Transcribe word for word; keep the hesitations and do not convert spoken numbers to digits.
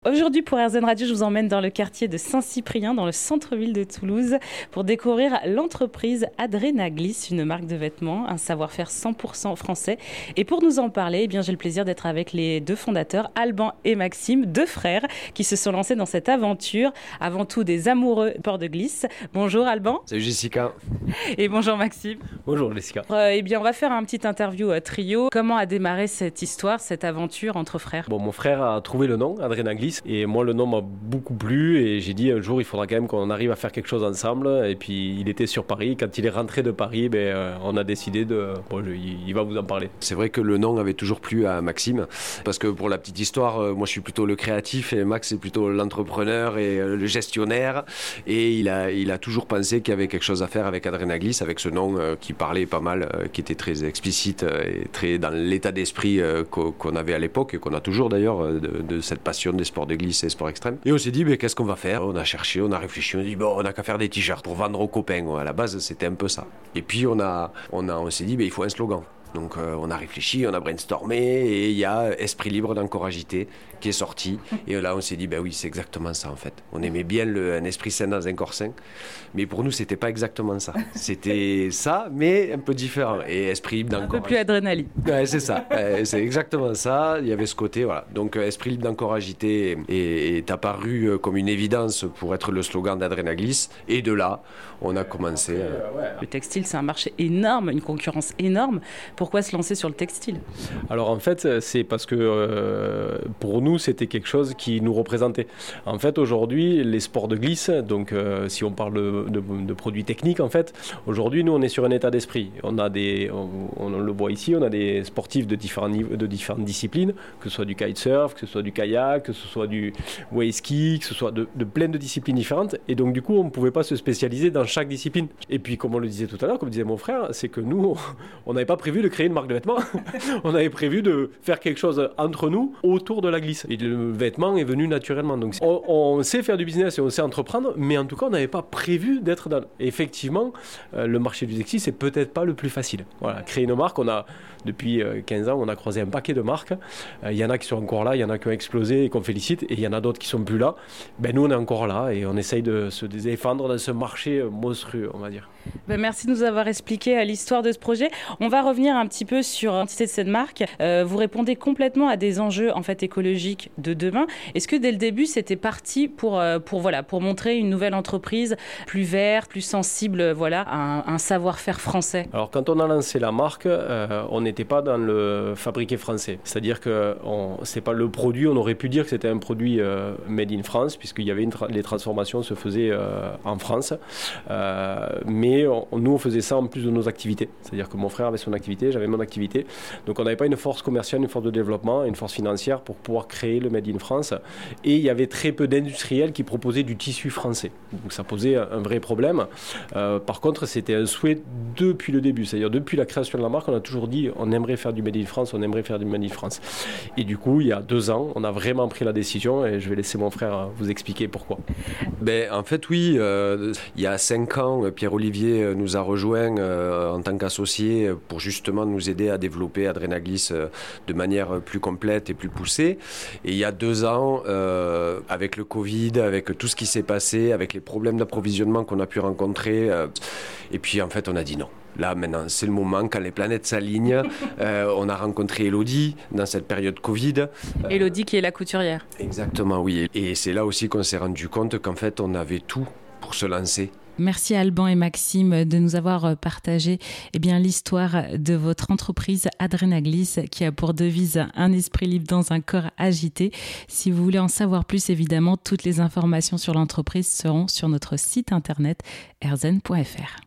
Aujourd'hui, pour R Z N Radio, je vous emmène dans le quartier de Saint-Cyprien, dans le centre-ville de Toulouse, pour découvrir l'entreprise Adrenagliss, une marque de vêtements, un savoir-faire cent pour cent français. Et pour nous en parler, eh bien, j'ai le plaisir d'être avec les deux fondateurs, Alban et Maxime, deux frères, qui se sont lancés dans cette aventure, avant tout des amoureux port de glisse. Bonjour Alban. Salut Jessica. Et bonjour Maxime. Bonjour Jessica. Euh, eh bien, on va faire un petit interview euh, trio. Comment a démarré cette histoire, cette aventure entre frères ? Bon, mon frère a trouvé le nom, Adrenagliss. Et moi, le nom m'a beaucoup plu et j'ai dit un jour, il faudra quand même qu'on arrive à faire quelque chose ensemble. Et puis, il était sur Paris. Quand il est rentré de Paris, ben, euh, on a décidé de... Bon, je, il va vous en parler. C'est vrai que le nom avait toujours plu à Maxime parce que pour la petite histoire, euh, moi, je suis plutôt le créatif et Max, c'est plutôt l'entrepreneur et euh, le gestionnaire. Et il a, il a toujours pensé qu'il y avait quelque chose à faire avec Adrenagliss, avec ce nom euh, qui parlait pas mal, euh, qui était très explicite euh, et très dans l'état d'esprit euh, qu'on, qu'on avait à l'époque et qu'on a toujours d'ailleurs euh, de, de cette passion des sports de glisse et sport extrême. Et on s'est dit, mais qu'est-ce qu'on va faire ? On a cherché, on a réfléchi, on a dit, bon, on n'a qu'à faire des t-shirts pour vendre aux copains. À la base, c'était un peu ça. Et puis, on, a, on, a, on s'est dit, mais il faut un slogan. Donc euh, on a réfléchi, on a brainstormé et il y a Esprit libre d'encouragité qui est sorti. Et là on s'est dit, ben oui, c'est exactement ça en fait. On aimait bien le, un esprit sain dans un corps sain, mais pour nous c'était pas exactement ça. C'était ça, mais un peu différent. Et Esprit libre d'encouragité. Un peu plus adrénaline. Ouais, c'est ça, euh, c'est exactement ça. Il y avait ce côté, voilà. Donc euh, Esprit libre d'encouragité est, est apparu euh, comme une évidence pour être le slogan d'Adrenagliss. Et de là, on a commencé. Euh... Le textile, c'est un marché énorme, une concurrence énorme. Pourquoi se lancer sur le textile ? Alors en fait, c'est parce que euh, pour nous, c'était quelque chose qui nous représentait. En fait, aujourd'hui, les sports de glisse, donc euh, si on parle de, de, de produits techniques, en fait, aujourd'hui, nous, on est sur un état d'esprit. On a des, on, on le voit ici, on a des sportifs de différents niveaux, de différentes disciplines, que ce soit du kitesurf, que ce soit du kayak, que ce soit du wave ski, que ce soit de, de plein de disciplines différentes. Et donc, du coup, on ne pouvait pas se spécialiser dans chaque discipline. Et puis, comme on le disait tout à l'heure, comme disait mon frère, c'est que nous, on n'avait pas prévu de créer une marque de vêtements. On avait prévu de faire quelque chose entre nous autour de la glisse. Et le vêtement est venu naturellement. Donc on, on sait faire du business et on sait entreprendre, mais en tout cas, on n'avait pas prévu d'être dans... Et effectivement, euh, le marché du textile, c'est peut-être pas le plus facile. Voilà, créer une marque, on a, depuis quinze ans, on a croisé un paquet de marques. Il euh, y en a qui sont encore là, il y en a qui ont explosé et qu'on félicite, et il y en a d'autres qui sont plus là. Ben, nous, on est encore là et on essaye de se défendre dans ce marché monstrueux, on va dire. Ben, merci de nous avoir expliqué l'histoire de ce projet. On va revenir un petit peu sur l'identité de cette marque. Euh, vous répondez complètement à des enjeux en fait écologiques de demain. Est-ce que dès le début, c'était parti pour, euh, pour, voilà, pour montrer une nouvelle entreprise plus verte, plus sensible voilà, à un, un savoir-faire français ? Alors quand on a lancé la marque, euh, on n'était pas dans le fabriqué français. C'est-à-dire que on, c'est pas le produit, on aurait pu dire que c'était un produit euh, made in France, puisqu'il y avait une tra- les transformations se faisaient euh, en France. Euh, mais Mais on, nous, on faisait ça en plus de nos activités. C'est-à-dire que mon frère avait son activité, j'avais mon activité. Donc, on n'avait pas une force commerciale, une force de développement, une force financière pour pouvoir créer le Made in France. Et il y avait très peu d'industriels qui proposaient du tissu français. Donc, ça posait un vrai problème. Euh, par contre, c'était un souhait depuis le début. C'est-à-dire, depuis la création de la marque, on a toujours dit on aimerait faire du Made in France, on aimerait faire du Made in France. Et du coup, il y a deux ans, on a vraiment pris la décision et je vais laisser mon frère vous expliquer pourquoi. Ben, en fait, oui. Euh, il y a cinq ans, Pierre-Olivier nous a rejoint euh, en tant qu'associé pour justement nous aider à développer Adrenagliss euh, de manière plus complète et plus poussée. Et il y a deux ans, euh, avec le Covid, avec tout ce qui s'est passé, avec les problèmes d'approvisionnement qu'on a pu rencontrer, euh, et puis en fait on a dit non. Là, maintenant, c'est le moment, quand les planètes s'alignent. Euh, on a rencontré Elodie dans cette période Covid. Euh, Elodie qui est la couturière. Exactement, oui. Et c'est là aussi qu'on s'est rendu compte qu'en fait, on avait tout pour se lancer. Merci Alban et Maxime de nous avoir partagé eh bien, l'histoire de votre entreprise Adrenagliss qui a pour devise un esprit libre dans un corps agité. Si vous voulez en savoir plus, évidemment, toutes les informations sur l'entreprise seront sur notre site internet r z n point f r.